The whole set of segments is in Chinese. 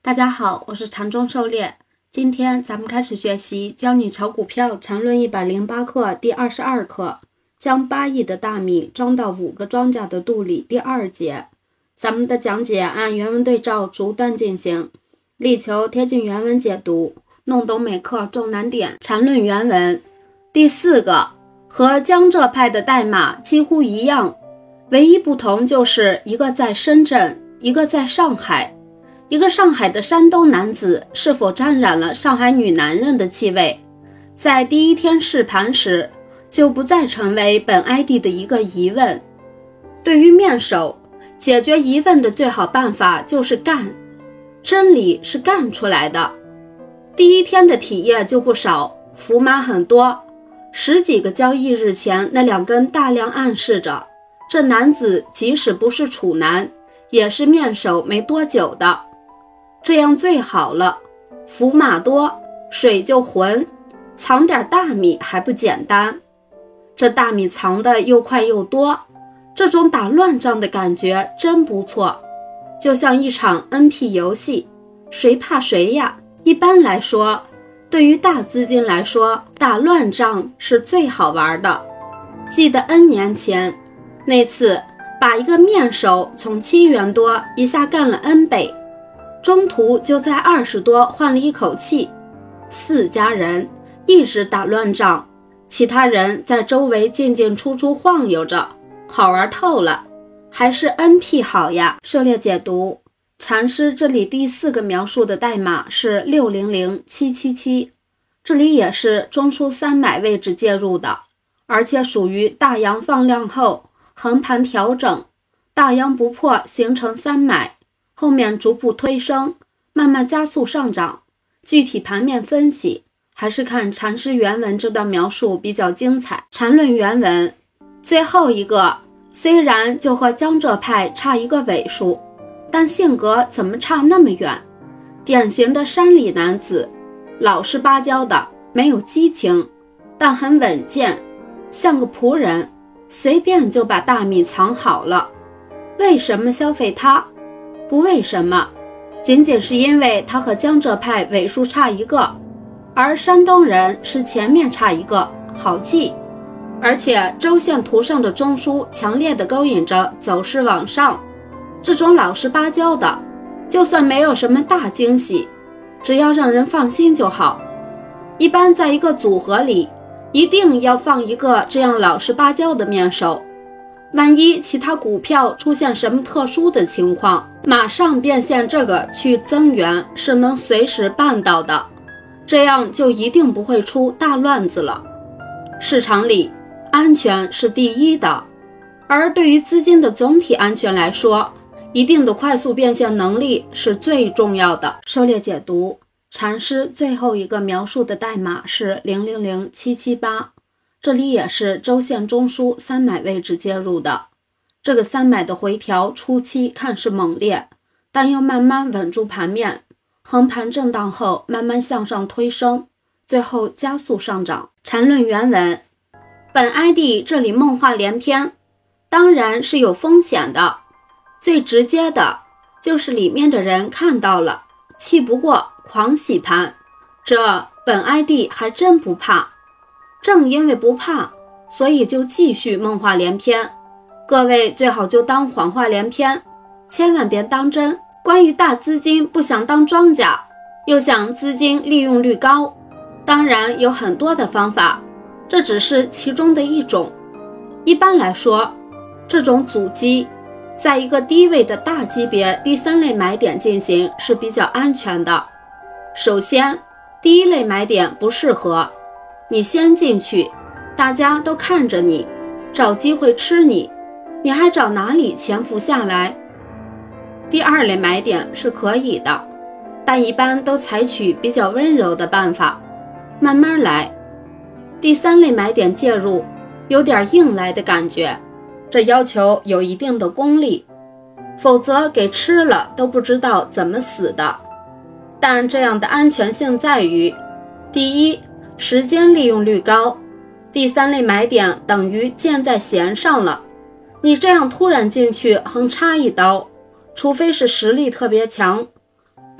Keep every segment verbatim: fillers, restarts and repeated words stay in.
大家好，我是禅中狩猎。今天咱们开始学习教你炒股票禅论一百零八课第二十二课，将八亿的大米装到五个庄稼的肚里第二节。咱们的讲解按原文对照逐段进行，力求贴近原文解读，弄懂每课重难点。禅论原文第四个，和江浙派的代码几乎一样，唯一不同就是一个在深圳，一个在上海。一个上海的山东男子是否沾染了上海女男人的气味，在第一天试盘时就不再成为本 I D 的一个疑问。对于面首，解决疑问的最好办法就是干，真理是干出来的。第一天的体液就不少，伏马很多，十几个交易日前那两根大量暗示着，这男子即使不是处男，也是面首没多久的。这样最好了，伏马多，水就浑，藏点大米还不简单。这大米藏的又快又多，这种打乱仗的感觉真不错，就像一场 N P 游戏，谁怕谁呀？一般来说，对于大资金来说，打乱仗是最好玩的。记得 N 年前，那次把一个面首从七元多一下干了 N 倍，中途就在二十多换了一口气，四家人一直打乱仗，其他人在周围进进出出晃悠着，好玩透了，还是 N P 好呀。狩猎解读，禅师这里第四个描述的代码是六零零七七七，这里也是中枢三买位置介入的，而且属于大阳放量后横盘调整，大阳不破形成三买，后面逐步推升，慢慢加速上涨。具体盘面分析还是看禅师原文这段描述比较精彩。禅论原文最后一个虽然就和江浙派差一个尾数，但性格怎么差那么远？典型的山里男子，老实巴交的，没有激情，但很稳健，像个仆人，随便就把大米藏好了。为什么消费他？不为什么，仅仅是因为他和江浙派尾数差一个，而山东人是前面差一个，好记。而且周线图上的中枢强烈地勾引着走势往上，这种老实巴交的，就算没有什么大惊喜，只要让人放心就好。一般在一个组合里，一定要放一个这样老实巴交的面首，万一其他股票出现什么特殊的情况，马上变现这个去增援是能随时办到的，这样就一定不会出大乱子了。市场里安全是第一的，而对于资金的总体安全来说，一定的快速变现能力是最重要的。狩猎解读，禅师最后一个描述的代码是零零零七七八，这里也是周线中枢三买位置介入的。这个三买的回调初期看似猛烈，但又慢慢稳住盘面，横盘震荡后慢慢向上推升，最后加速上涨。禅论原文，本 I D 这里梦话连篇，当然是有风险的，最直接的就是里面的人看到了，气不过狂洗盘，这本 I D 还真不怕。正因为不怕，所以就继续梦话连篇。各位最好就当谎话连篇，千万别当真。关于大资金不想当庄家，又想资金利用率高，当然有很多的方法，这只是其中的一种。一般来说，这种阻击在一个低位的大级别第三类买点进行是比较安全的。首先，第一类买点不适合，你先进去，大家都看着你，找机会吃你，你还找哪里潜伏下来？第二类买点是可以的，但一般都采取比较温柔的办法，慢慢来。第三类买点介入，有点硬来的感觉，这要求有一定的功力，否则给吃了都不知道怎么死的。但这样的安全性在于，第一，时间利用率高，第三类买点等于箭在弦上了，你这样突然进去横插一刀，除非是实力特别强，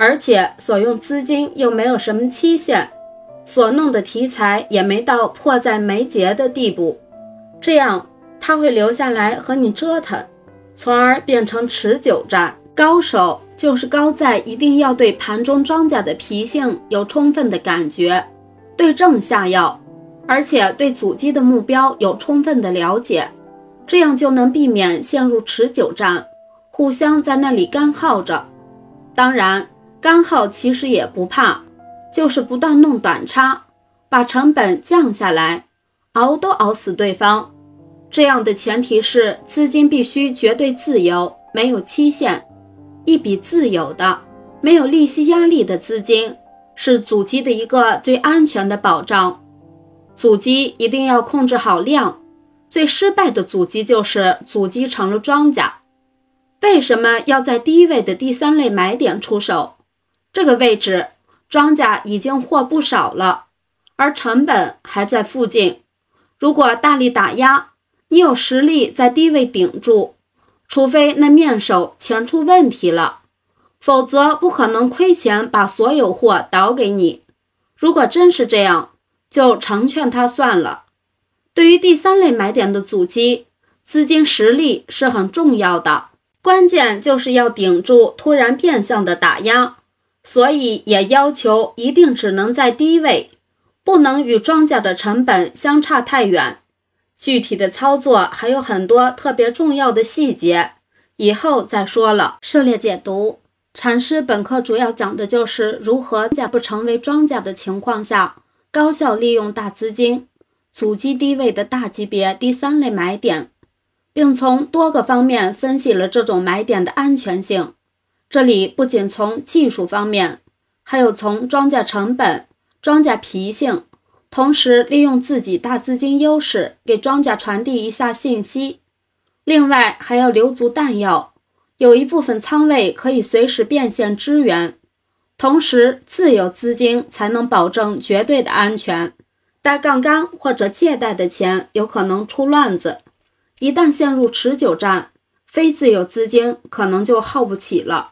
而且所用资金又没有什么期限，所弄的题材也没到迫在眉睫的地步，这样他会留下来和你折腾，从而变成持久战。高手就是高在一定要对盘中庄家的脾性有充分的感觉，对症下药，而且对阻击的目标有充分的了解，这样就能避免陷入持久战，互相在那里干耗着。当然，干耗其实也不怕，就是不断弄短差，把成本降下来，熬都熬死对方。这样的前提是资金必须绝对自由，没有期限。一笔自有的、没有利息压力的资金，是阻击的一个最安全的保障。阻击一定要控制好量，最失败的阻击就是阻击成了庄家。为什么要在低位的第三类买点出手？这个位置庄家已经获不少了，而成本还在附近。如果大力打压，你有实力在低位顶住，除非那面手钱出问题了，否则不可能亏钱把所有货倒给你。如果真是这样，就成全他算了。对于第三类买点的阻击，资金实力是很重要的，关键就是要顶住突然变相的打压，所以也要求一定只能在低位，不能与庄家的成本相差太远。具体的操作还有很多特别重要的细节，以后再说了。涉猎解读，禅师本课主要讲的就是如何在不成为庄家的情况下，高效利用大资金，阻击低位的大级别第三类买点，并从多个方面分析了这种买点的安全性。这里不仅从技术方面，还有从庄家成本、庄家脾性，同时利用自己大资金优势给庄家传递一下信息。另外还要留足弹药，有一部分仓位可以随时变现支援，同时自有资金才能保证绝对的安全。带杠杆或者借贷的钱有可能出乱子，一旦陷入持久战，非自有资金可能就耗不起了。